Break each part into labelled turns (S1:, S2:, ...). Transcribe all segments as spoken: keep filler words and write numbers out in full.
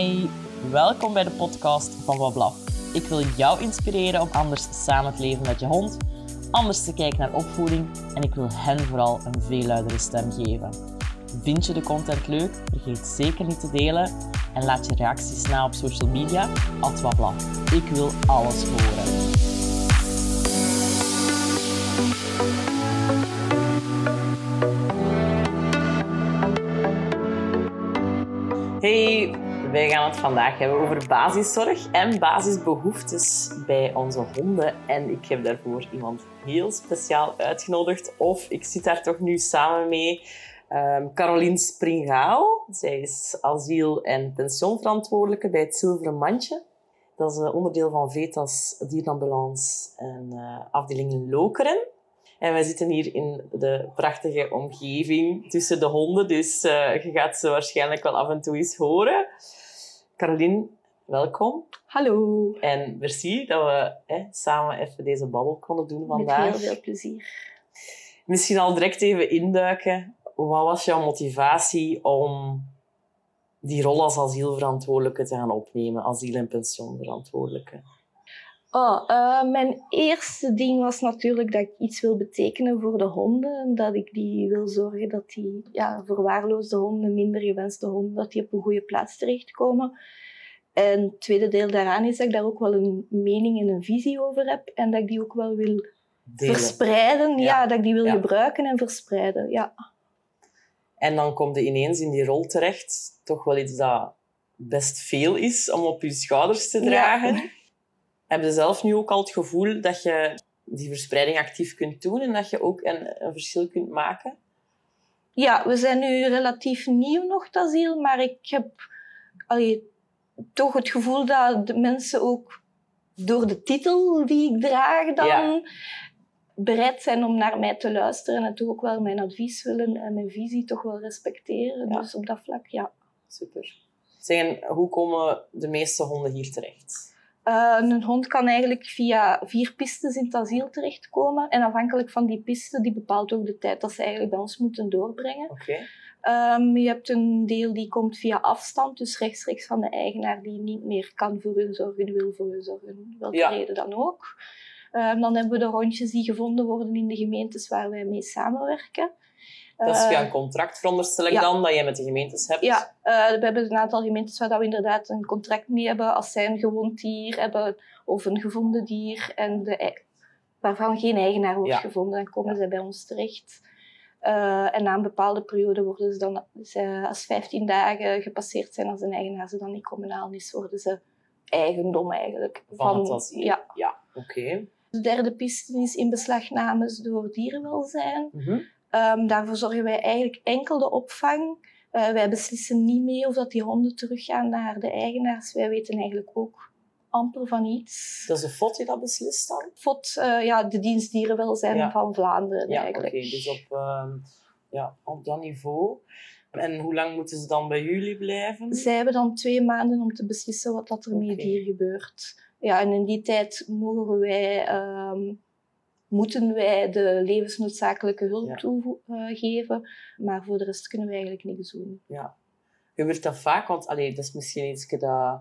S1: Hey, welkom bij de podcast van Wablaf. Ik wil jou inspireren om anders samen te leven met je hond, anders te kijken naar opvoeding en ik wil hen vooral een veel luidere stem geven. Vind je de content leuk? Vergeet zeker niet te delen en laat je reacties na op social media, at Wablaf. Ik wil alles horen. Hey, wij gaan het vandaag hebben over basiszorg en basisbehoeftes bij onze honden. En ik heb daarvoor iemand heel speciaal uitgenodigd. Of ik zit daar toch nu samen mee. Um, Caroline Springaal. Zij is asiel- en pensioenverantwoordelijke bij het Zilveren Mandje. Dat is uh, onderdeel van Vetas Dierenambulance en uh, afdeling in Lokeren. En wij zitten hier in de prachtige omgeving tussen de honden, dus uh, je gaat ze waarschijnlijk wel af en toe eens horen. Caroline, welkom.
S2: Hallo.
S1: En merci dat we hè, samen even deze babbel konden doen vandaag.
S2: Met heel veel plezier.
S1: Misschien al direct even induiken. Wat was jouw motivatie om die rol als asielverantwoordelijke te gaan opnemen? Asiel- en pensioenverantwoordelijke.
S2: Oh, uh, mijn eerste ding was natuurlijk dat ik iets wil betekenen voor de honden. Dat ik die wil zorgen dat die ja, verwaarloosde honden, minder gewenste honden, dat die op een goede plaats terechtkomen. En het tweede deel daaraan is dat ik daar ook wel een mening en een visie over heb. En dat ik die ook wel wil Delen. verspreiden. Ja. ja, dat ik die wil ja. gebruiken en verspreiden. Ja.
S1: En dan kom je ineens in die rol terecht. Toch wel iets dat best veel is om op je schouders te dragen. Ja. Heb je zelf nu ook al het gevoel dat je die verspreiding actief kunt doen en dat je ook een, een verschil kunt maken?
S2: Ja, we zijn nu relatief nieuw nog, het asiel, maar ik heb allee, toch het gevoel dat de mensen ook door de titel die ik draag dan ja. bereid zijn om naar mij te luisteren en toch ook wel mijn advies willen en mijn visie toch wel respecteren. Ja. Dus op dat vlak, ja.
S1: Super. Zeg, hoe komen de meeste honden hier terecht?
S2: Uh, een hond kan eigenlijk via vier pistes in het asiel terechtkomen. En afhankelijk van die piste, die bepaalt ook de tijd dat ze eigenlijk bij ons moeten doorbrengen.
S1: Okay.
S2: Um, je hebt een deel die komt via afstand, dus rechtstreeks van de eigenaar die niet meer kan voor u zorgen, wil voor u zorgen. Welke ja. reden dan ook. Um, dan hebben we de hondjes die gevonden worden in de gemeentes waar wij mee samenwerken.
S1: Dat is via een contract, veronderstel ik ja. dan, dat je met de gemeentes hebt?
S2: Ja, uh, we hebben een aantal gemeentes waar we inderdaad een contract mee hebben als zij een gewond dier hebben of een gevonden dier en de, waarvan geen eigenaar wordt ja. gevonden. Dan komen ja. zij bij ons terecht. Uh, en na een bepaalde periode worden ze dan, ze, als vijftien dagen gepasseerd zijn als een eigenaar ze dan niet communaal is, worden ze eigendom eigenlijk.
S1: Van, van het asiel?
S2: Ja.
S1: Ja, oké. Okay.
S2: De derde piste is inbeslagnames door dierenwelzijn.
S1: Mm-hmm.
S2: Um, daarvoor zorgen wij eigenlijk enkel de opvang. Uh, wij beslissen niet mee of dat die honden teruggaan naar de eigenaars. Wij weten eigenlijk ook amper van iets.
S1: Dat is de F O D die dat beslist dan?
S2: F O D, uh, ja, de dienst dierenwelzijn ja. van Vlaanderen
S1: ja,
S2: eigenlijk.
S1: Oké, okay. Dus op, uh, ja, op dat niveau. En hoe lang moeten ze dan bij jullie blijven?
S2: Zij hebben dan twee maanden om te beslissen wat dat er okay. met dier gebeurt. Ja, en in die tijd mogen wij... Um, moeten wij de levensnoodzakelijke hulp ja. toegeven. Maar voor de rest kunnen wij eigenlijk niks doen.
S1: Ja. Gebeurt dat vaak? Want allee, dat is misschien iets dat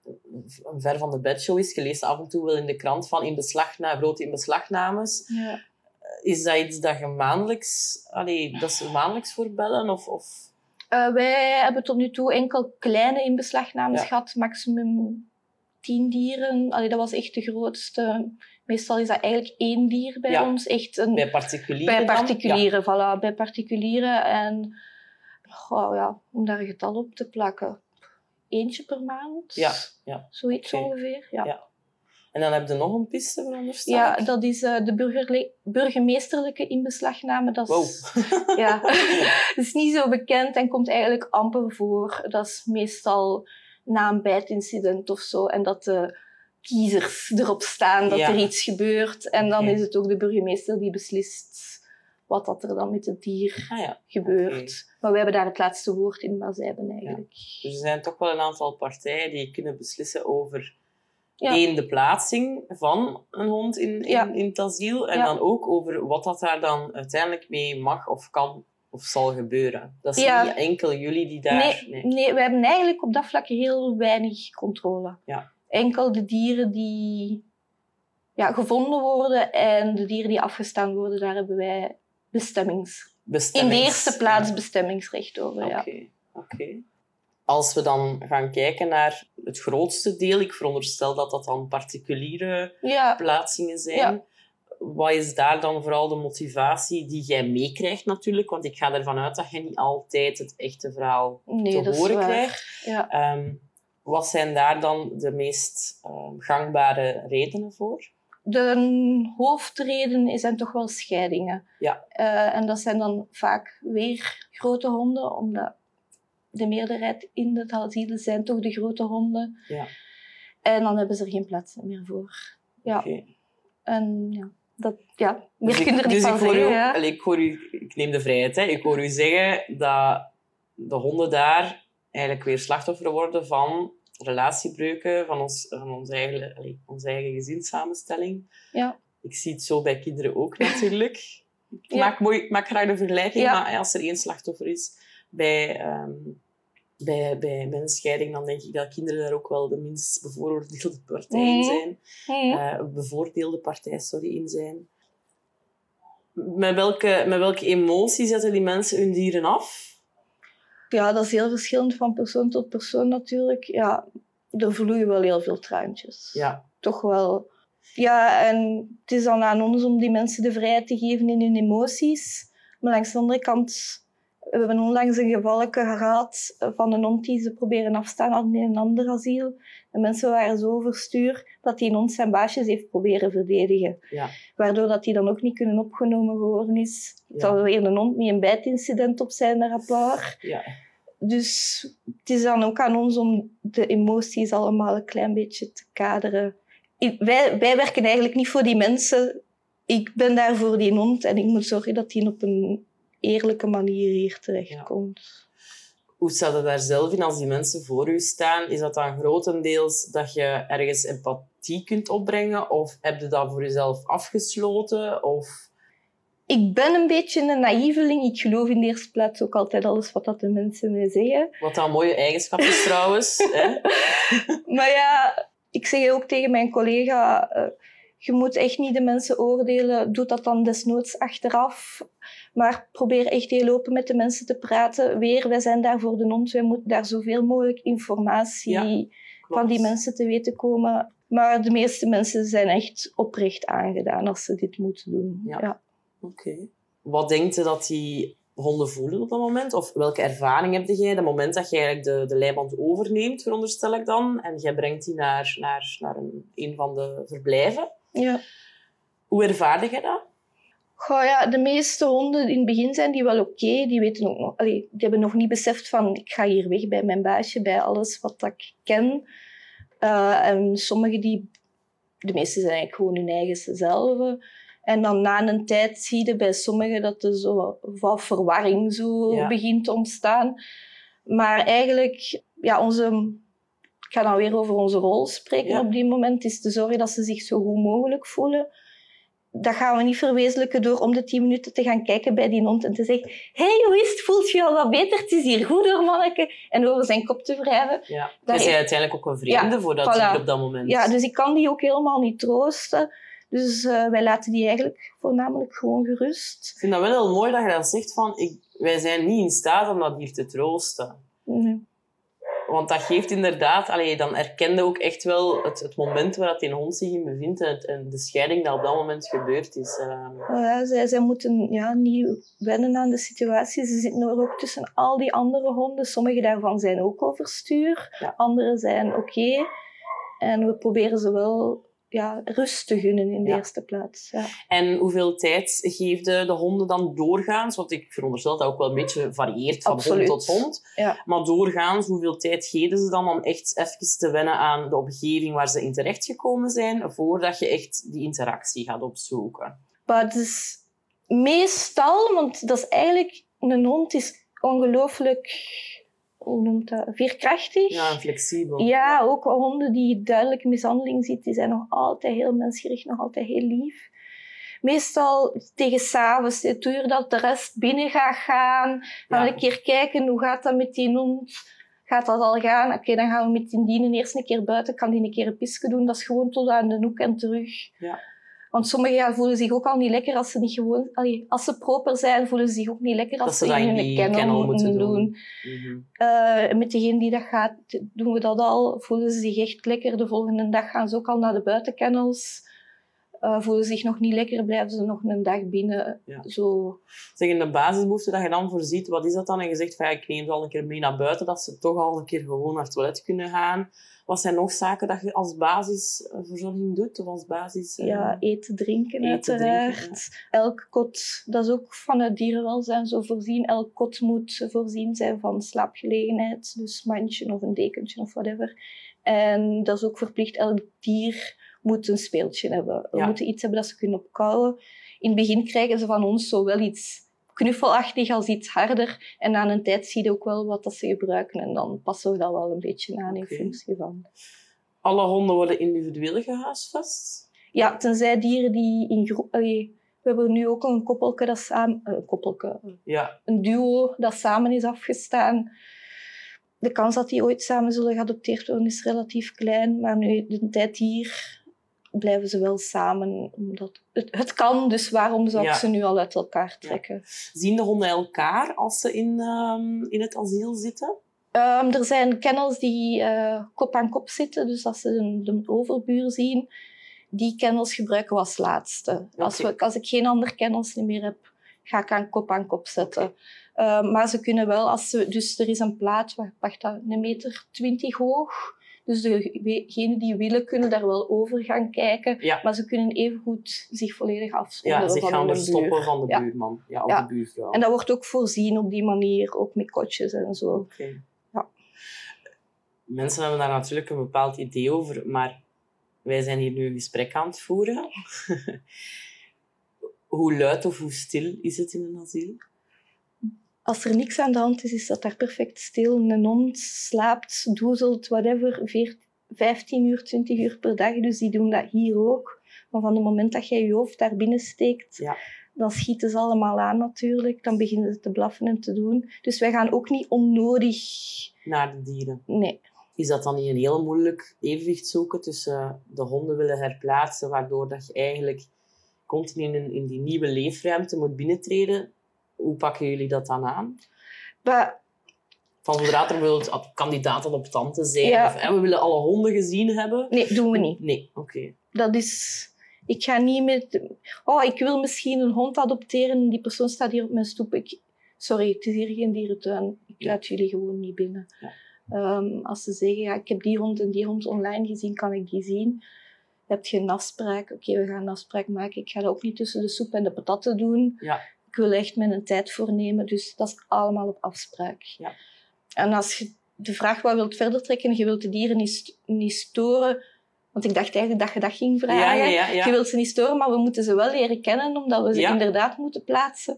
S1: een ver van de bedshow is. Je leest af en toe wel in de krant van in beslagna- grote inbeslagnames.
S2: Ja.
S1: Is dat iets dat je maandelijks... Allee, dat ze maandelijks voorbellen? Of, of...
S2: Uh, wij hebben tot nu toe enkel kleine inbeslagnames ja. gehad. Maximum tien dieren. Allee, dat was echt de grootste... Meestal is dat eigenlijk één dier bij ja. ons. Echt een,
S1: bij particulieren
S2: Bij particulieren, ja. voilà. Bij particulieren. En oh, ja, om daar een getal op te plakken. Eentje per maand.
S1: Ja. ja.
S2: Zoiets okay. ongeveer. Ja.
S1: ja. En dan heb je nog een piste, veronderstel ik?
S2: Ja, dat is uh, de burgerle- burgemeesterlijke inbeslagname. Dat is,
S1: wow.
S2: ja, dat is niet zo bekend en komt eigenlijk amper voor. Dat is meestal na een bijtincident of zo. En dat de kiezers erop staan dat ja. er iets gebeurt. En dan okay. is het ook de burgemeester die beslist wat dat er dan met het dier
S1: ah, ja.
S2: gebeurt.
S1: Okay.
S2: Maar wij hebben daar het laatste woord in, maar zij hebben eigenlijk...
S1: Ja. Dus er zijn toch wel een aantal partijen die kunnen beslissen over ja. één, de plaatsing van een hond in, in, ja. in het asiel. En ja. dan ook over wat dat daar dan uiteindelijk mee mag of kan of zal gebeuren. Dat is
S2: Ja.
S1: niet enkel jullie die daar...
S2: Nee, nee. nee, we hebben eigenlijk op dat vlak heel weinig controle.
S1: Ja.
S2: Enkel de dieren die ja, gevonden worden en de dieren die afgestaan worden, daar hebben wij bestemmings...
S1: Bestemmings...
S2: In de eerste plaats
S1: ja.
S2: bestemmingsrecht over,
S1: Oké,
S2: ja.
S1: oké. Okay. Als we dan gaan kijken naar het grootste deel, ik veronderstel dat dat dan particuliere
S2: ja.
S1: plaatsingen zijn.
S2: Ja.
S1: Wat is daar dan vooral de motivatie die jij meekrijgt natuurlijk? Want ik ga ervan uit dat je niet altijd het echte verhaal
S2: nee,
S1: te horen krijgt.
S2: Ja.
S1: Um, wat zijn daar dan de meest um, gangbare redenen voor?
S2: De hoofdreden zijn toch wel scheidingen.
S1: Ja.
S2: Uh, en dat zijn dan vaak weer grote honden, omdat de meerderheid in het asiel zijn toch de grote honden.
S1: Ja.
S2: En dan hebben ze er geen plaats meer voor. Ja.
S1: Okay.
S2: En ja, dat, ja, meer
S1: dus
S2: kun je er niet
S1: dus
S2: van
S1: ik hoor
S2: zeggen.
S1: U,
S2: Ja.
S1: allee, ik, hoor u, ik neem de vrijheid. Hè. Ik hoor u zeggen dat de honden daar eigenlijk weer slachtoffer worden van relatiebreuken, van ons, van ons eigen, allee, onze eigen gezinssamenstelling.
S2: Ja.
S1: Ik zie het zo bij kinderen ook natuurlijk. Ik
S2: Ja.
S1: maak, mooi, ik maak graag de vergelijking,
S2: Ja.
S1: maar als er één slachtoffer is bij, um, bij, bij, bij een scheiding, dan denk ik dat kinderen daar ook wel de minst bevooroordeelde partij in zijn.
S2: Mm.
S1: Uh, bevoordeelde partij, sorry, in zijn. Met welke, met welke emotie zetten die mensen hun dieren af?
S2: Ja, dat is heel verschillend van persoon tot persoon natuurlijk. Ja, er vloeien wel heel veel traantjes.
S1: Ja.
S2: Toch wel. Ja, en het is dan aan ons om die mensen de vrijheid te geven in hun emoties. Maar langs de andere kant, we hebben onlangs een gevalletje gehad van een hond die ze proberen afstaan hadden in een ander asiel. De mensen waren zo overstuur dat die hond zijn baasjes heeft proberen verdedigen.
S1: Ja.
S2: Waardoor dat die dan ook niet kunnen opgenomen geworden is. Het
S1: Ja.
S2: zou weer een hond met een bijtincident op zijn rapport.
S1: Ja.
S2: Dus het is dan ook aan ons om de emoties allemaal een klein beetje te kaderen. Ik, wij, wij werken eigenlijk niet voor die mensen. Ik ben daar voor die hond en ik moet zorgen dat die op een eerlijke manier hier terechtkomt.
S1: Ja. Hoe staat het daar zelf in als die mensen voor u staan? Is dat dan grotendeels dat je ergens empathie kunt opbrengen? Of heb je dat voor jezelf afgesloten? Of...
S2: Ik ben een beetje een naïveling. Ik geloof in de eerste plaats ook altijd alles wat dat de mensen mij zeggen.
S1: Wat dan een mooie eigenschap is trouwens. Hè?
S2: Maar ja, ik zeg ook tegen mijn collega... Uh, je moet echt niet de mensen oordelen. Doe dat dan desnoods achteraf. Maar probeer echt heel open met de mensen te praten. Weer, wij zijn daar voor de hond. Wij moeten daar zoveel mogelijk informatie ja, van die mensen te weten komen. Maar de meeste mensen zijn echt oprecht aangedaan als ze dit moeten doen.
S1: Ja.
S2: Ja.
S1: Oké. Okay. Wat denkt je dat die honden voelen op dat moment? Of welke ervaring heb jij op het moment dat je eigenlijk de, de leiband overneemt, veronderstel ik dan, en jij brengt die naar, naar, naar een, een van de verblijven?
S2: Ja.
S1: Hoe ervaarde je dat?
S2: Goh, ja, de meeste honden in het begin zijn die wel oké. Okay. Die weten ook nog, allee, die hebben nog niet beseft van ik ga hier weg bij mijn baasje, bij alles wat ik ken. Uh, en sommigen die, de meeste zijn eigenlijk gewoon hun eigen zelf. En dan na een tijd zie je bij sommigen dat er zo wat verwarring zo ja. begint te ontstaan. Maar eigenlijk, ja, onze... Ik ga dan weer over onze rol spreken ja. op die moment. Is te zorgen dat ze zich zo goed mogelijk voelen. Dat gaan we niet verwezenlijken door om de tien minuten te gaan kijken bij die hond en te zeggen hé, hey, hoe is het? Voelt je al wat beter? Het is hier goed hoor, manneke. En over zijn kop te wrijven.
S1: Ja. Daar is hij uiteindelijk ook een vreemde ja, voor dat voilà. dier op dat moment.
S2: Ja, dus ik kan die ook helemaal niet troosten. Dus uh, wij laten die eigenlijk voornamelijk gewoon gerust.
S1: Ik vind dat wel heel mooi dat je dan zegt van ik, wij zijn niet in staat om dat dier te troosten.
S2: Nee.
S1: Want dat geeft inderdaad... Allee, dan erkende ook echt wel het, het moment waar die hond zich in bevindt en, het, en de scheiding dat op dat moment gebeurd is. Uh.
S2: Ja, zij, zij moeten ja, niet wennen aan de situatie. Ze zitten er ook tussen al die andere honden. Sommige daarvan zijn ook overstuur.
S1: Ja.
S2: Andere zijn oké. Okay. En we proberen ze wel... Ja, rust te gunnen in de ja. eerste plaats. Ja.
S1: En hoeveel tijd geeft de, de honden dan doorgaans? Want ik veronderstel dat dat ook wel een beetje varieert van
S2: Absoluut.
S1: hond tot hond.
S2: Ja.
S1: Maar doorgaans, hoeveel tijd geven ze dan om echt even te wennen aan de omgeving waar ze in terechtgekomen zijn, voordat je echt die interactie gaat opzoeken?
S2: Maar het is meestal, want dat is eigenlijk... Een hond is ongelooflijk... Hoe noemt dat? Veerkrachtig.
S1: Ja, flexibel.
S2: Ja, ook honden die duidelijk mishandeling ziet, die zijn nog altijd heel mensgericht, nog altijd heel lief. meestal tegen 's avonds, het uur dat de rest binnen gaat gaan. Gaan we
S1: Ja.
S2: een keer kijken, hoe gaat dat met die hond? Gaat dat al gaan? Oké, okay, dan gaan we met die dienen eerst een keer buiten. Kan die een keer een pisje doen? Dat is gewoon tot aan de hoek en terug.
S1: Ja.
S2: Want sommigen voelen zich ook al niet lekker als ze niet gewoon... Allee, als ze proper zijn, voelen ze zich ook niet lekker als
S1: Dat
S2: ze
S1: ze dat
S2: in
S1: in
S2: een
S1: die
S2: kennel,
S1: kennel
S2: moeten
S1: moeten
S2: doen.
S1: doen. Mm-hmm.
S2: Uh, met degene die dat gaat, doen we dat al. Voelen ze zich echt lekker. De volgende dag gaan ze ook al naar de buitenkennels. Uh, voelen ze zich nog niet lekker, blijven ze nog een dag binnen.
S1: Ja.
S2: Zo.
S1: Zeg, in de basisbehoeften dat je dan voorziet, wat is dat dan? En je zegt van ja, ik neem ze al een keer mee naar buiten, dat ze toch al een keer gewoon naar het toilet kunnen gaan. Wat zijn nog zaken dat je als basisverzorging doet? Of als basis... Uh...
S2: Ja, eten, drinken
S1: eten,
S2: uiteraard.
S1: Drinken, ja.
S2: Elk kot, dat is ook vanuit dierenwelzijn zo voorzien. Elk kot moet voorzien zijn van slaapgelegenheid. Dus mandje of een dekentje of whatever. En dat is ook verplicht. Elk dier moet een speeltje hebben. We
S1: ja.
S2: moeten iets hebben dat ze kunnen opkouwen. In het begin krijgen ze van ons zowel iets knuffelachtig als iets harder. En na een tijd zie je ook wel wat dat ze gebruiken. En dan passen we dat wel een beetje aan in okay. functie van.
S1: Alle honden worden individueel gehuisvest?
S2: Ja, tenzij dieren die in groep... Allee, we hebben nu ook een koppelke dat samen... Een koppelke.
S1: Ja.
S2: Een duo dat samen is afgestaan. De kans dat die ooit samen zullen geadopteerd worden is relatief klein. Maar nu, de tijd hier... blijven ze wel samen. Omdat het, het kan, dus waarom zou ik ja. ze nu al uit elkaar trekken? Ja.
S1: Zien de honden elkaar als ze in, um, in het asiel zitten?
S2: Um, er zijn kennels die uh, kop aan kop zitten, dus als ze de, de overbuur zien, die kennels gebruiken we als laatste. Okay. Als, we, als ik geen andere kennels meer heb, ga ik aan kop aan kop zetten. Okay. Uh, maar ze kunnen wel, als ze, dus er is een plaat, wacht dat, een meter twintig hoog. Dus degenen die willen, kunnen daar wel over gaan kijken. Ja. Maar ze kunnen evengoed zich volledig afzonderen
S1: ja, zich
S2: van
S1: gaan
S2: de
S1: verstoppen
S2: buur.
S1: van de
S2: ja.
S1: buurman. Ja, of
S2: ja.
S1: de buurvrouw.
S2: En dat wordt ook voorzien op die manier, ook met kotjes en zo.
S1: Okay.
S2: Ja.
S1: Mensen hebben daar natuurlijk een bepaald idee over, maar wij zijn hier nu een gesprek aan het voeren. Hoe luid of hoe stil is het in een asiel?
S2: Als er niks aan de hand is, is dat daar perfect stil. Een hond slaapt, doezelt, whatever, vijftien uur, twintig uur per dag. Dus die doen dat hier ook. Maar van het moment dat jij je hoofd daar binnen steekt,
S1: ja.
S2: dan schieten ze allemaal aan natuurlijk. Dan beginnen ze te blaffen en te doen. Dus wij gaan ook niet onnodig...
S1: naar de dieren?
S2: Nee.
S1: Is dat dan niet een heel moeilijk evenwicht zoeken tussen de honden willen herplaatsen, waardoor dat je eigenlijk continu in, in die nieuwe leefruimte moet binnentreden? Hoe pakken jullie dat dan aan?
S2: Maar,
S1: Van zodra er bijvoorbeeld kandidaten op tante zijn,
S2: ja.
S1: of hè, we willen alle honden gezien hebben.
S2: Nee, doen we niet.
S1: Nee, oké. Okay.
S2: Dat is... Ik ga niet met... Oh, ik wil misschien een hond adopteren. Die persoon staat hier op mijn stoep. Ik... Sorry, het is hier geen dierentuin. Ik laat jullie gewoon niet binnen.
S1: Ja.
S2: Um, als ze zeggen, ja, ik heb die hond en die hond online gezien, kan ik die zien? Heb je een afspraak? Oké, okay, we gaan een afspraak maken. Ik ga dat ook niet tussen de soep en de patatten doen.
S1: Ja.
S2: Ik wil echt mijn tijd voornemen. Dus dat is allemaal op afspraak.
S1: Ja.
S2: En als je de vraag wat wilt verder trekken, je wilt de dieren niet, niet storen... Want ik dacht eigenlijk dat je dat ging vragen.
S1: Ja, ja, ja, ja.
S2: Je wilt ze niet storen, maar we moeten ze wel leren kennen, omdat we ze
S1: ja.
S2: inderdaad moeten plaatsen.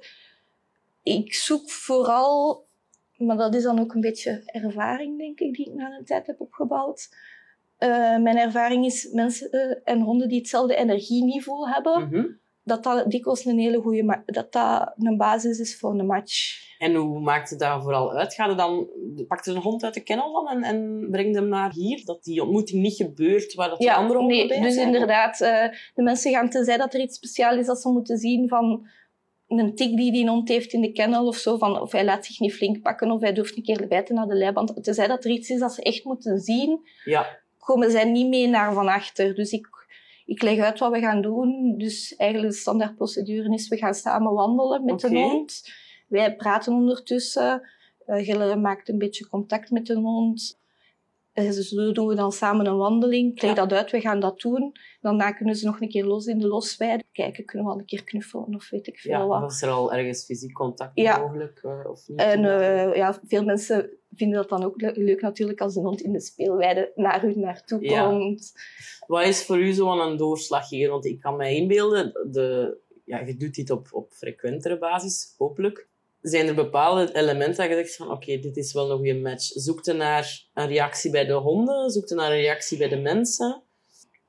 S2: Ik zoek vooral... Maar dat is dan ook een beetje ervaring, denk ik, die ik na een tijd heb opgebouwd. Uh, mijn ervaring is mensen uh, en honden die hetzelfde energieniveau hebben,
S1: mm-hmm.
S2: dat dat dikwijls een hele goede ma- dat dat een basis is voor een match.
S1: En hoe maakt het daar vooral uit? Ga je dan, pakt er een hond uit de kennel dan en, en brengt hem naar hier? Dat die ontmoeting niet gebeurt waar dat die
S2: ja,
S1: andere honden
S2: nee,
S1: bij
S2: dus
S1: zijn?
S2: inderdaad, uh, de mensen gaan tenzij dat er iets speciaals is dat ze moeten zien van een tik die die hond heeft in de kennel of zo, van of hij laat zich niet flink pakken of hij durft een keer bijten naar de leiband. Tenzij dat er iets is dat ze echt moeten zien,
S1: ja.
S2: komen zij niet mee naar van achter. Dus ik, ik leg uit wat we gaan doen. Dus eigenlijk de standaardprocedure is, we gaan samen wandelen met
S1: okay.
S2: de hond. Wij praten ondertussen. Uh, Gille maakt een beetje contact met de hond. Uh, zo doen we dan samen een wandeling. Ik leg ja. dat uit, we gaan dat doen. Daarna kunnen ze nog een keer los in de losweide. Kijken, kunnen we al een keer knuffelen of weet ik veel
S1: ja,
S2: wat.
S1: Ja, is er al ergens fysiek contact
S2: ja.
S1: mogelijk? Uh, of niet?
S2: En uh, ja, veel mensen vinden dat dan ook le- leuk natuurlijk als de hond in de speelweide naar u naartoe
S1: ja.
S2: komt.
S1: Wat is voor u zo een doorslag hier? Want ik kan me inbeelden, de, ja, je doet dit op, op frequentere basis, hopelijk. Zijn er bepaalde elementen dat je zegt van oké, okay, dit is wel een goede match. Zoek je naar een reactie bij de honden? Zoek je naar een reactie bij de mensen?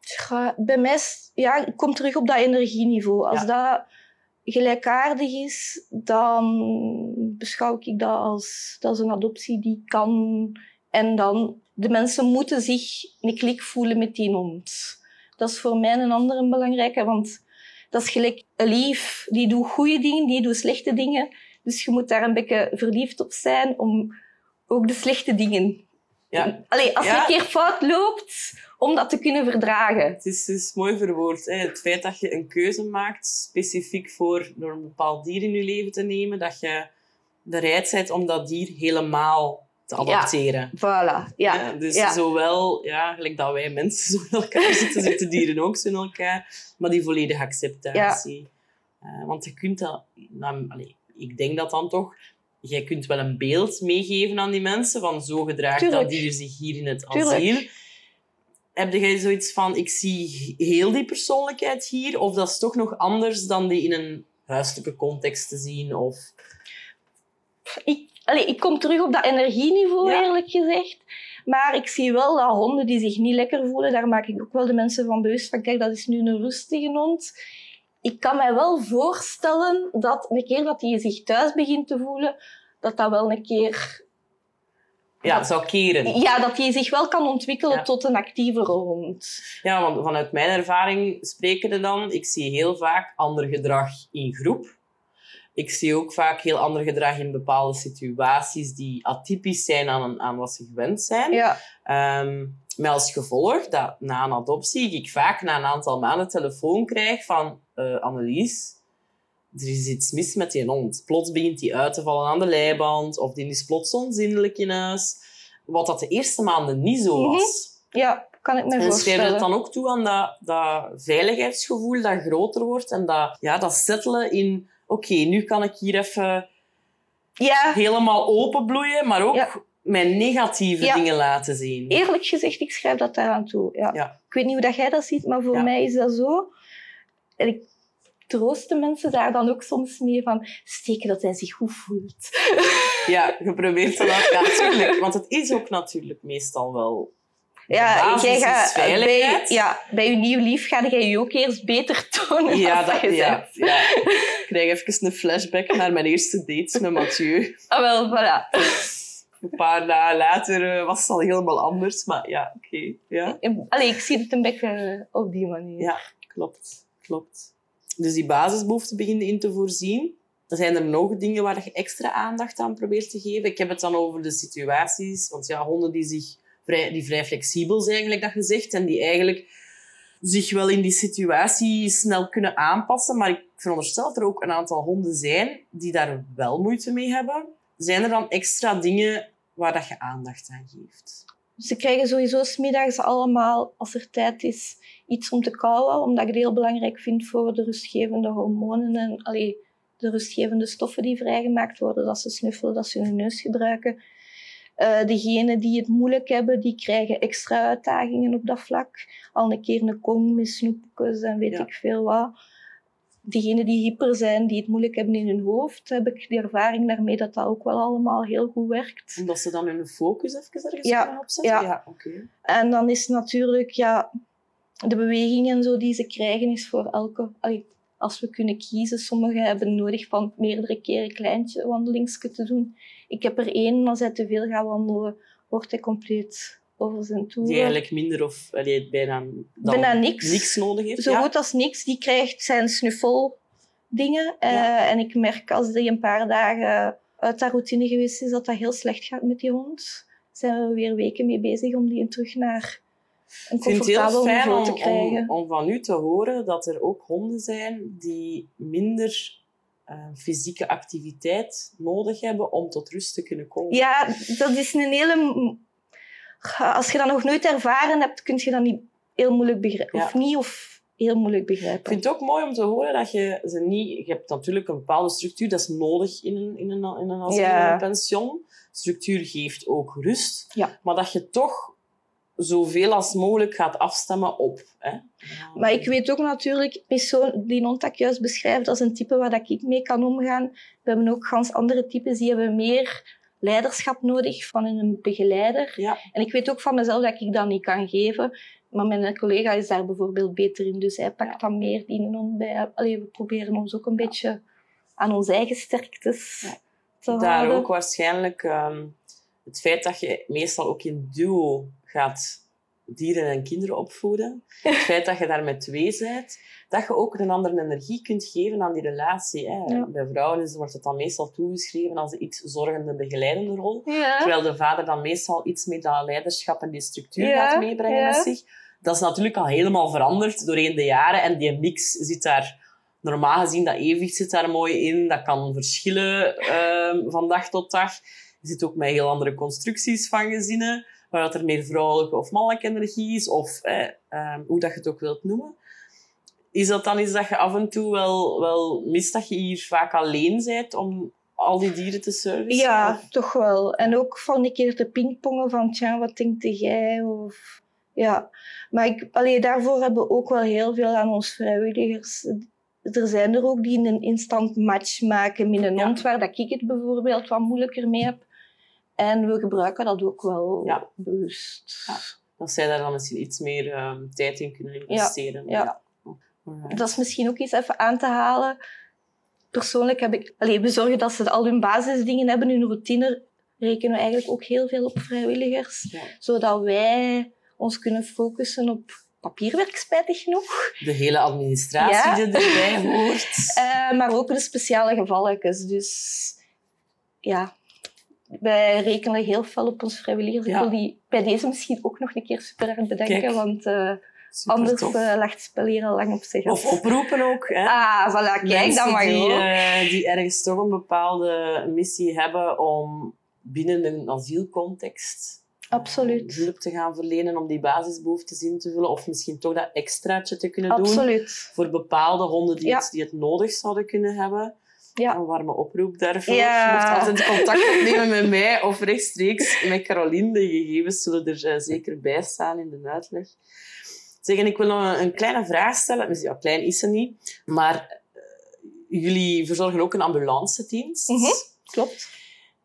S2: Ja, bij mij is, ja, ik kom terug op dat energieniveau. Als
S1: Ja.
S2: dat gelijkaardig is, dan beschouw ik dat als, dat is een adoptie die kan. En dan, de mensen moeten zich een klik voelen met die hond. Dat is voor mij een andere belangrijke, want dat is gelijk een lief, die doet goede dingen, die doet slechte dingen. Dus je moet daar een beetje verliefd op zijn om ook de slechte dingen...
S1: Ja.
S2: Allee, als je
S1: Ja.
S2: een keer fout loopt, om dat te kunnen verdragen.
S1: Het is, het is mooi verwoord. Hè? Het feit dat je een keuze maakt, specifiek voor door een bepaald dier in je leven te nemen, dat je bereid bent om dat dier helemaal te adopteren.
S2: Voilà, ja.
S1: Hè? Dus
S2: ja.
S1: zowel, ja, gelijk dat wij mensen zo in elkaar zitten, zitten dieren ook zo in elkaar. Maar die volledige acceptatie. Ja. Uh, want je kunt dat... Nou, allez, ik denk dat dan toch... Jij kunt wel een beeld meegeven aan die mensen, van zo gedraagt
S2: Tuurlijk.
S1: dat dier zich hier in het
S2: Tuurlijk.
S1: asiel. Heb jij zoiets van, ik zie heel die persoonlijkheid hier, of dat is toch nog anders dan die in een huiselijke context te zien? Of...
S2: Ik, allee, ik kom terug op dat energieniveau,
S1: Ja.
S2: eerlijk gezegd. Maar ik zie wel dat honden die zich niet lekker voelen, daar maak ik ook wel de mensen van bewust van, kijk, dat is nu een rustige hond. Ik kan mij wel voorstellen dat een keer dat hij zich thuis begint te voelen, dat dat wel een keer...
S1: Ja, het zou keren.
S2: Ja, dat hij zich wel kan ontwikkelen
S1: Ja.
S2: tot een actievere hond.
S1: Ja, want vanuit mijn ervaring sprekende dan, ik zie heel vaak ander gedrag in groep. Ik zie ook vaak heel ander gedrag in bepaalde situaties die atypisch zijn aan, aan wat ze gewend zijn.
S2: Ja,
S1: Um, met als gevolg dat na een adoptie ik vaak na een aantal maanden telefoon krijg van uh, Annelies, er is iets mis met die hond. Plots begint hij uit te vallen aan de leiband of die is plots onzindelijk in huis. Wat dat de eerste maanden niet zo was.
S2: Mm-hmm. Ja, kan ik me
S1: En schrijf
S2: voorstellen.
S1: je het dan ook toe aan dat, dat veiligheidsgevoel dat groter wordt en dat, ja, dat settelen in oké, okay, nu kan ik hier even
S2: Ja,
S1: helemaal openbloeien, maar ook
S2: Ja.
S1: mijn negatieve
S2: Ja.
S1: dingen laten zien.
S2: eerlijk gezegd, ik schrijf dat daaraan toe. Ja.
S1: Ja.
S2: Ik weet niet hoe dat jij dat ziet, maar voor
S1: Ja.
S2: mij is dat zo. En ik troost de mensen daar dan ook soms mee van steken dat hij zich goed voelt.
S1: Ja, je probeert te laten... Ja, natuurlijk. Want het is ook natuurlijk meestal wel...
S2: Ja,
S1: de basis
S2: jij
S1: is
S2: gaat, bij,
S1: veiligheid.
S2: ja, bij je nieuw lief ga jij je ook eerst beter tonen.
S1: Ja,
S2: als
S1: dat,
S2: je
S1: ja,
S2: bent.
S1: ja. Ik krijg even een flashback naar mijn eerste dates met Mathieu.
S2: Ah, wel, voilà.
S1: Een paar dagen later uh, was het al helemaal anders. Maar ja, oké. Okay, ja.
S2: Allee, ik zie het een beetje op die manier.
S1: ja, klopt. klopt. Dus die basisbehoeften beginnen in te voorzien. Zijn er nog dingen waar je extra aandacht aan probeert te geven? Ik heb het dan over de situaties. Want ja, honden die, zich vrij, die vrij flexibel zijn, gelijk dat je zegt. En die eigenlijk zich wel in die situatie snel kunnen aanpassen. Maar ik veronderstel dat er ook een aantal honden zijn die daar wel moeite mee hebben. Zijn er dan extra dingen waar dat je aandacht aan geeft?
S2: Ze krijgen sowieso 's middags allemaal, als er tijd is, iets om te kauwen. Omdat ik het heel belangrijk vind voor de rustgevende hormonen en allee, de rustgevende stoffen die vrijgemaakt worden. Dat ze snuffelen, dat ze hun neus gebruiken. Uh, degenen die het moeilijk hebben, die krijgen extra uitdagingen op dat vlak. Al een keer een kom met snoepjes en weet
S1: Ja.
S2: ik veel wat. Degenen die hyper zijn, die het moeilijk hebben in hun hoofd, heb ik de ervaring daarmee dat dat ook wel allemaal heel goed werkt.
S1: Omdat ze dan hun focus even ergens
S2: Ja,
S1: kunnen opzetten?
S2: ja.
S1: ja oké. Okay.
S2: En dan is natuurlijk, ja, de beweging en zo die ze krijgen, is voor elke... Allee, als we kunnen kiezen, sommigen hebben nodig van meerdere keren een kleintje wandelingsje te doen. Ik heb er één, als hij te veel gaat wandelen, wordt hij compleet over zijn toeren.
S1: Die eigenlijk minder of allee, bijna, dan
S2: Bijna niks.
S1: niks nodig heeft.
S2: Zo
S1: ja.
S2: goed als niks. Die krijgt zijn snuffeldingen.
S1: Ja.
S2: Uh, en ik merk als die een paar dagen uit haar routine geweest is, dat dat heel slecht gaat met die hond. Zijn we weer weken mee bezig om die terug naar een
S1: Ik vind het heel
S2: comfortabel
S1: fijn
S2: niveau
S1: om,
S2: te krijgen.
S1: om, om van u te horen dat er ook honden zijn die minder uh, fysieke activiteit nodig hebben om tot rust te kunnen komen.
S2: Ja, dat is een hele... Als je dat nog nooit ervaren hebt, kun je dat niet heel moeilijk begrijpen.
S1: Ja.
S2: Of niet, of heel moeilijk begrijpen.
S1: Ik vind het ook mooi om te horen dat je ze niet... Je hebt natuurlijk een bepaalde structuur, dat is nodig in een, in een, in een, asiel,
S2: Ja.
S1: in een pension. Structuur geeft ook rust.
S2: Ja.
S1: Maar dat je toch zoveel als mogelijk gaat afstemmen op. Hè?
S2: Maar ik weet ook natuurlijk, persoon, die hond dat ik juist beschrijf, dat is een type waar dat ik mee kan omgaan. We hebben ook gans andere types die hebben meer leiderschap nodig van een begeleider.
S1: Ja.
S2: En ik weet ook van mezelf dat ik dat niet kan geven. Maar mijn collega is daar bijvoorbeeld beter in. Dus hij pakt
S1: Ja.
S2: dan meer die in bij. Allee, we proberen ons ook een beetje aan onze eigen sterktes
S1: Ja.
S2: te
S1: Daar
S2: houden.
S1: ook waarschijnlijk um, het feit dat je meestal ook in duo gaat dieren en kinderen opvoeden. Het feit dat je daar met twee bent, dat je ook een andere energie kunt geven aan die relatie. Hè.
S2: Ja.
S1: Bij vrouwen is, wordt het dan meestal toegeschreven als een iets zorgende, begeleidende rol.
S2: Ja.
S1: Terwijl de vader dan meestal iets meer dat leiderschap en die structuur
S2: Ja,
S1: gaat meebrengen
S2: ja.
S1: met zich. Dat is natuurlijk al helemaal veranderd doorheen de jaren. En die mix zit daar, normaal gezien, dat evenwicht zit daar mooi in. Dat kan verschillen uh, van dag tot dag. Je zit ook met heel andere constructies van gezinnen, waar dat er meer vrouwelijke of mannelijke energie is, of eh, uh, hoe dat je het ook wilt noemen. Is dat dan iets dat je af en toe wel, wel mist, dat je hier vaak alleen bent om al die dieren te servicen?
S2: Ja,
S1: of?
S2: toch wel. En ook van een keer te pingpongen van, tja, wat denkt jij? Of... Ja, maar ik, allee, daarvoor hebben we ook wel heel veel aan ons vrijwilligers. Er zijn er ook die een instant match maken met een
S1: Ja.
S2: hond, waar dat ik het bijvoorbeeld wat moeilijker mee heb. En we gebruiken dat ook wel
S1: Ja.
S2: bewust.
S1: Ja. Dat zij daar dan misschien iets meer um, tijd in kunnen investeren.
S2: Ja, ja.
S1: Alright.
S2: Dat is misschien ook iets even aan te halen. Persoonlijk heb ik... Allee, we zorgen dat ze al hun basisdingen hebben, hun routine. Rekenen we eigenlijk ook heel veel op vrijwilligers.
S1: Ja.
S2: Zodat wij ons kunnen focussen op papierwerk, spijtig genoeg.
S1: De hele administratie
S2: Ja.
S1: die erbij hoort.
S2: Uh, maar ook de speciale gevalletjes. Dus ja, wij rekenen heel veel op ons vrijwilligers.
S1: Ja.
S2: Ik wil die bij deze misschien ook nog een keer super erg bedanken,
S1: Kijk.
S2: want uh,
S1: Super
S2: anders
S1: tof.
S2: uh, lag het spel hier al lang op zich.
S1: Of oproepen ook. Hè.
S2: Ah, voilà, kijk,
S1: Mensen
S2: dat mag
S1: die,
S2: ook.
S1: uh, die ergens toch een bepaalde missie hebben om binnen een asielcontext
S2: Absoluut.
S1: hulp te gaan verlenen om die basisbehoeftes in te vullen. Of misschien toch dat extraatje te kunnen doen
S2: Absoluut.
S1: voor bepaalde honden die,
S2: Ja.
S1: het, die het nodig zouden kunnen hebben.
S2: Ja.
S1: Een warme oproep daarvoor.
S2: Ja.
S1: Je mocht altijd contact opnemen met mij of rechtstreeks met Caroline. De gegevens zullen er uh, zeker bij staan in de uitleg. Zeg, en ik wil nog een, een kleine vraag stellen. Ja, klein is ze niet. Maar uh, jullie verzorgen ook een ambulancedienst.
S2: Mm-hmm. Klopt.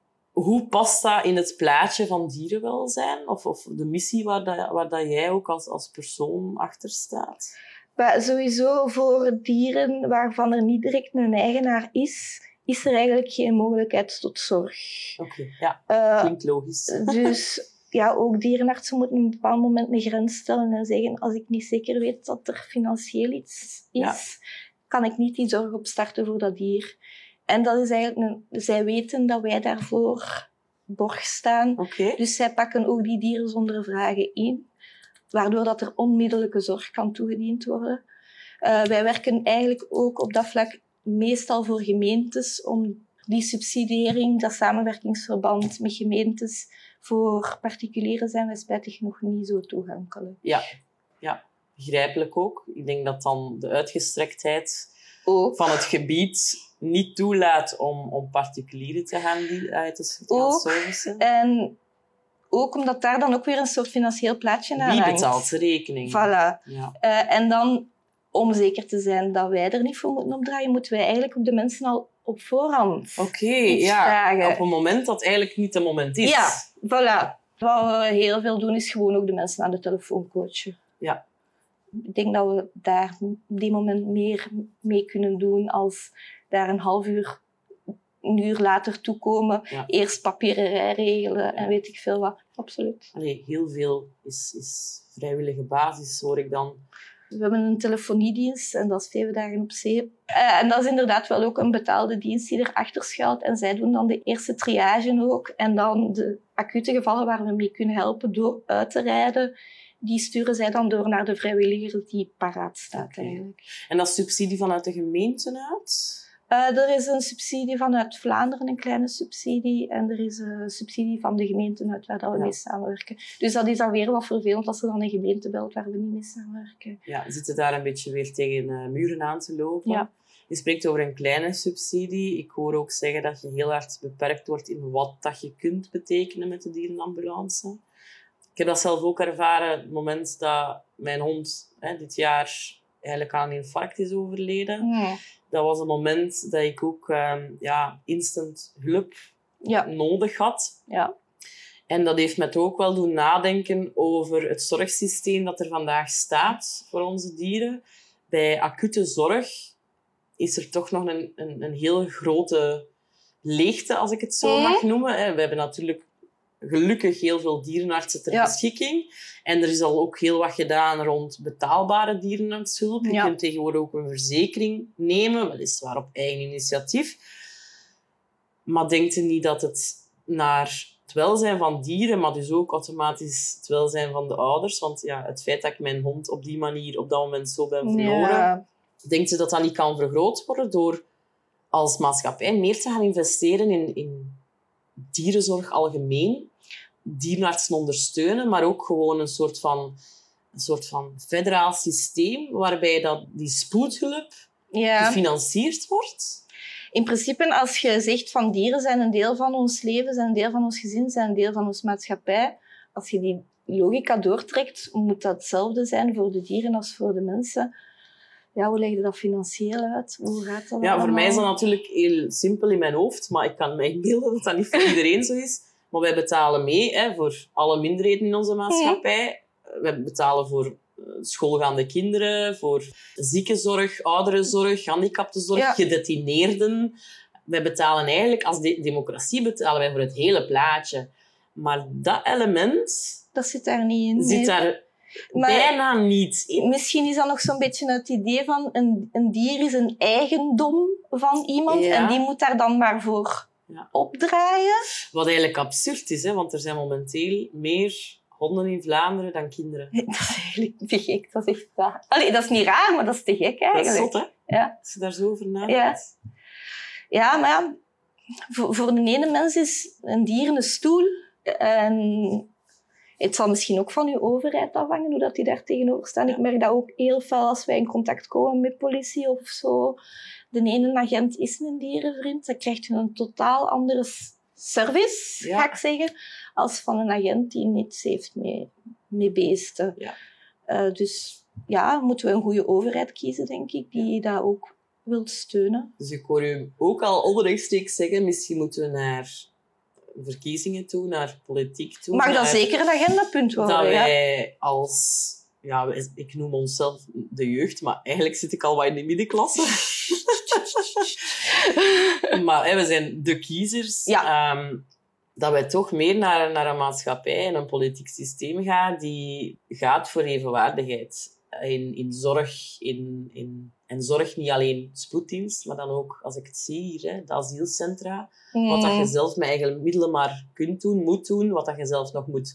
S1: Hoe past dat in het plaatje van dierenwelzijn? Of, of de missie waar, dat, waar dat jij ook als, als persoon achter staat?
S2: Maar sowieso voor dieren waarvan er niet direct een eigenaar is, is er eigenlijk geen mogelijkheid tot zorg.
S1: Oké, okay, ja.
S2: Uh,
S1: Klinkt logisch.
S2: Dus ja, ook dierenartsen moeten op een bepaald moment een grens stellen en zeggen, als ik niet zeker weet dat er financieel iets is,
S1: Ja.
S2: kan ik niet die zorg opstarten voor dat dier. En dat is eigenlijk een, zij weten dat wij daarvoor borg staan.
S1: Okay.
S2: Dus zij pakken ook die dieren zonder vragen in, waardoor dat er onmiddellijke zorg kan toegediend worden. Uh, wij werken eigenlijk ook op dat vlak meestal voor gemeentes om die subsidiëring, dat samenwerkingsverband met gemeentes, voor particulieren zijn wij spijtig genoeg niet zo toegankelijk.
S1: Ja, ja, begrijpelijk ook. Ik denk dat dan de uitgestrektheid
S2: ook.
S1: van het gebied niet toelaat om, om particulieren te gaan, die, uit te gaan servicen.
S2: En ook omdat daar dan ook weer een soort financieel plaatje aan
S1: Wie
S2: hangt.
S1: betaalt de rekening?
S2: Voilà.
S1: Ja.
S2: Uh, en dan, om zeker te zijn dat wij er niet voor moeten opdraaien, moeten wij eigenlijk op de mensen al op voorhand
S1: Oké, okay, ja.
S2: vragen.
S1: Op een moment dat eigenlijk niet het moment is.
S2: Ja, voilà. Wat we heel veel doen, is gewoon ook de mensen aan de telefoon coachen.
S1: Ja.
S2: Ik denk dat we daar op die moment meer mee kunnen doen als daar een half uur, een uur later toekomen. Ja. Eerst papieren regelen ja. en weet ik veel wat. Absoluut.
S1: Allee, heel veel is, is vrijwillige basis, hoor ik dan.
S2: We hebben een telefoniedienst en dat is zeven dagen op zee. Uh, en dat is inderdaad wel ook een betaalde dienst die erachter schuilt. En zij doen dan de eerste triage ook. En dan de acute gevallen waar we mee kunnen helpen door uit te rijden, die sturen zij dan door naar de vrijwilliger die paraat staat. Okay. Eigenlijk.
S1: En dat is subsidie vanuit de gemeente uit?
S2: Uh, er is een subsidie vanuit Vlaanderen, een kleine subsidie. En er is een subsidie van de gemeente uit waar dat we ja. mee samenwerken. Dus dat is dan weer wat vervelend als er dan een gemeente belt waar we niet mee samenwerken.
S1: Ja, we zitten daar een beetje weer tegen uh, muren aan te lopen.
S2: Ja.
S1: Je spreekt over een kleine subsidie. Ik hoor ook zeggen dat je heel hard beperkt wordt in wat dat je kunt betekenen met de dierenambulance. Ik heb dat zelf ook ervaren, het moment dat mijn hond hè, dit jaar eigenlijk aan een infarct is overleden.
S2: Ja.
S1: Dat was een moment dat ik ook um, ja, instant hulp ja. nodig had.
S2: Ja.
S1: En dat heeft me ook wel doen nadenken over het zorgsysteem dat er vandaag staat voor onze dieren. Bij acute zorg is er toch nog een, een, een heel grote leegte, als ik het zo mm. mag noemen. We hebben natuurlijk gelukkig heel veel dierenartsen ter ja. beschikking. En er is al ook heel wat gedaan rond betaalbare dierenartshulp. Je ja. kunt tegenwoordig ook een verzekering nemen, weliswaar op eigen initiatief. Maar denkt u niet dat het naar het welzijn van dieren, maar dus ook automatisch het welzijn van de ouders, want ja, het feit dat ik mijn hond op die manier op dat moment zo ben verloren, ja. denkt u dat dat niet kan vergroot worden door als maatschappij meer te gaan investeren in, in dierenzorg algemeen, dierenartsen ondersteunen, maar ook gewoon een soort van, een soort van federaal systeem waarbij dat die spoedhulp ja. gefinancierd wordt?
S2: In principe, als je zegt van dieren zijn een deel van ons leven, zijn een deel van ons gezin, zijn een deel van onze maatschappij, als je die logica doortrekt, moet dat hetzelfde zijn voor de dieren als voor de mensen. Ja, hoe leg je dat financieel uit? Hoe gaat dat?
S1: Ja, allemaal? Voor mij is dat natuurlijk heel simpel in mijn hoofd, maar ik kan me inbeelden dat dat niet voor iedereen zo is. Maar wij betalen mee hè, voor alle minderheden in onze maatschappij. Ja. Wij betalen voor schoolgaande kinderen, voor ziekenzorg, ouderenzorg, gehandicaptenzorg, ja. gedetineerden. Wij betalen eigenlijk, als de- democratie betalen wij voor het hele plaatje. Maar dat element...
S2: Dat zit daar niet in.
S1: Zit
S2: nee.
S1: daar maar bijna niet in.
S2: Misschien is dat nog zo'n beetje het idee van een, een dier is een eigendom van iemand ja. en die moet daar dan maar voor ja. opdraaien.
S1: Wat eigenlijk absurd is, hè, want er zijn momenteel meer honden in Vlaanderen dan kinderen.
S2: Dat is eigenlijk te gek, dat is echt waar. Allee, dat is niet raar, maar dat is te gek eigenlijk.
S1: Dat is zot, hè?
S2: Ja.
S1: Als je daar zo over nadenkt.
S2: Ja, ja maar ja, voor, voor de ene mens is een dier een stoel. En het zal misschien ook van uw overheid afhangen, hoe dat die daar tegenover staan. Ja. Ik merk dat ook heel veel als wij in contact komen met politie of zo. De ene agent is een dierenvriend, dan krijg je een totaal andere service, ja. ga ik zeggen, als van een agent die niets heeft met, met beesten. Ja. Uh, dus ja, moeten we een goede overheid kiezen, denk ik, die dat ook wil steunen.
S1: Dus ik hoor u ook al onrechtstreeks zeggen, misschien moeten we naar verkiezingen toe, naar politiek toe.
S2: Mag dat
S1: naar,
S2: zeker een agendapunt worden,
S1: dat
S2: ja.
S1: wij als... Ja, ik noem onszelf de jeugd, maar eigenlijk zit ik al wat in de middenklasse. Maar hè, we zijn de kiezers.
S2: Ja.
S1: Um, dat wij toch meer naar, naar een maatschappij en een politiek systeem gaan die gaat voor evenwaardigheid. In, in zorg, in, in, en zorg niet alleen spoeddienst, maar dan ook, als ik het zie hier, hè, de asielcentra. Mm. Wat dat je zelf met eigen middelen maar kunt doen, moet doen. Wat dat je zelf nog moet...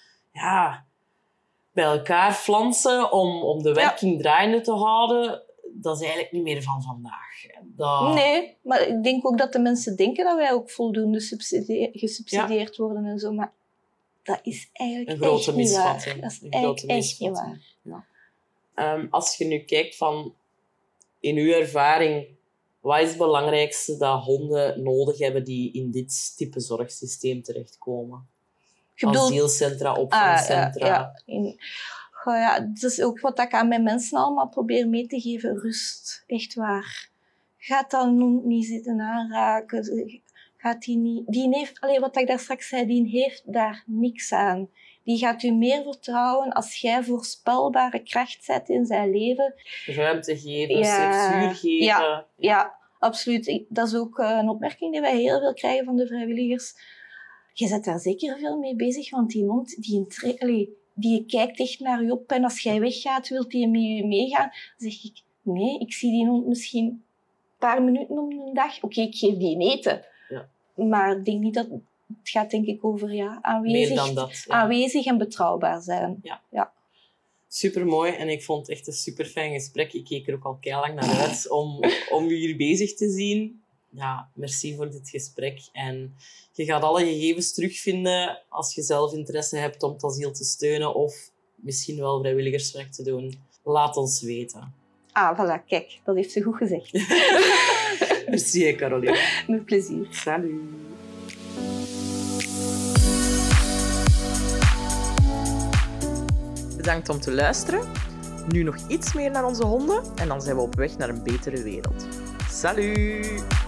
S1: Ja, bij elkaar flansen om, om de werking ja. draaiende te houden, dat is eigenlijk niet meer van vandaag. Dat...
S2: Nee, maar ik denk ook dat de mensen denken dat wij ook voldoende subsidie- gesubsidieerd ja. worden en zo, maar dat is eigenlijk
S1: een grote
S2: echt niet waar.
S1: Een
S2: dat is
S1: grote
S2: echt niet waar.
S1: Ja. Um, als je nu kijkt van, in uw ervaring, wat is het belangrijkste dat honden nodig hebben die in dit type zorgsysteem terechtkomen? Bedoelt... Asielcentra, opvangcentra.
S2: Ah, ja, ja. In... Goh, ja, dat is ook wat ik aan mijn mensen allemaal probeer mee te geven. Rust, echt waar. Gaat dat hond niet zitten aanraken. Gaat die niet... Die heeft, allee, wat ik daar straks zei, die heeft daar niks aan. Die gaat u meer vertrouwen als jij voorspelbare kracht zet in zijn leven.
S1: Ruimte geven,
S2: ja,
S1: structuur geven.
S2: Ja, ja, absoluut. Dat is ook een opmerking die wij heel veel krijgen van de vrijwilligers. Je bent daar zeker veel mee bezig, want die hond die, tre- allee, die kijkt echt naar je op. En als jij weggaat, wil die met je meegaan. Dan zeg ik, nee, ik zie die hond misschien een paar minuten om een dag. Oké, okay, ik geef die een eten.
S1: Ja.
S2: Maar ik denk niet dat... Het gaat denk ik over ja, aanwezig,
S1: Meer dan dat, ja.
S2: aanwezig en betrouwbaar zijn.
S1: Ja.
S2: Ja.
S1: Supermooi en ik vond het echt een super fijn gesprek. Ik keek er ook al keilang naar uit om, om u hier bezig te zien. Ja, merci voor dit gesprek. En je gaat alle gegevens terugvinden als je zelf interesse hebt om het asiel te steunen of misschien wel vrijwilligerswerk te doen. Laat ons weten.
S2: Ah, voilà, kijk, dat heeft ze goed gezegd.
S1: Merci, Caroline.
S2: Met plezier.
S1: Salut. Bedankt om te luisteren. Nu nog iets meer naar onze honden en dan zijn we op weg naar een betere wereld. Salut!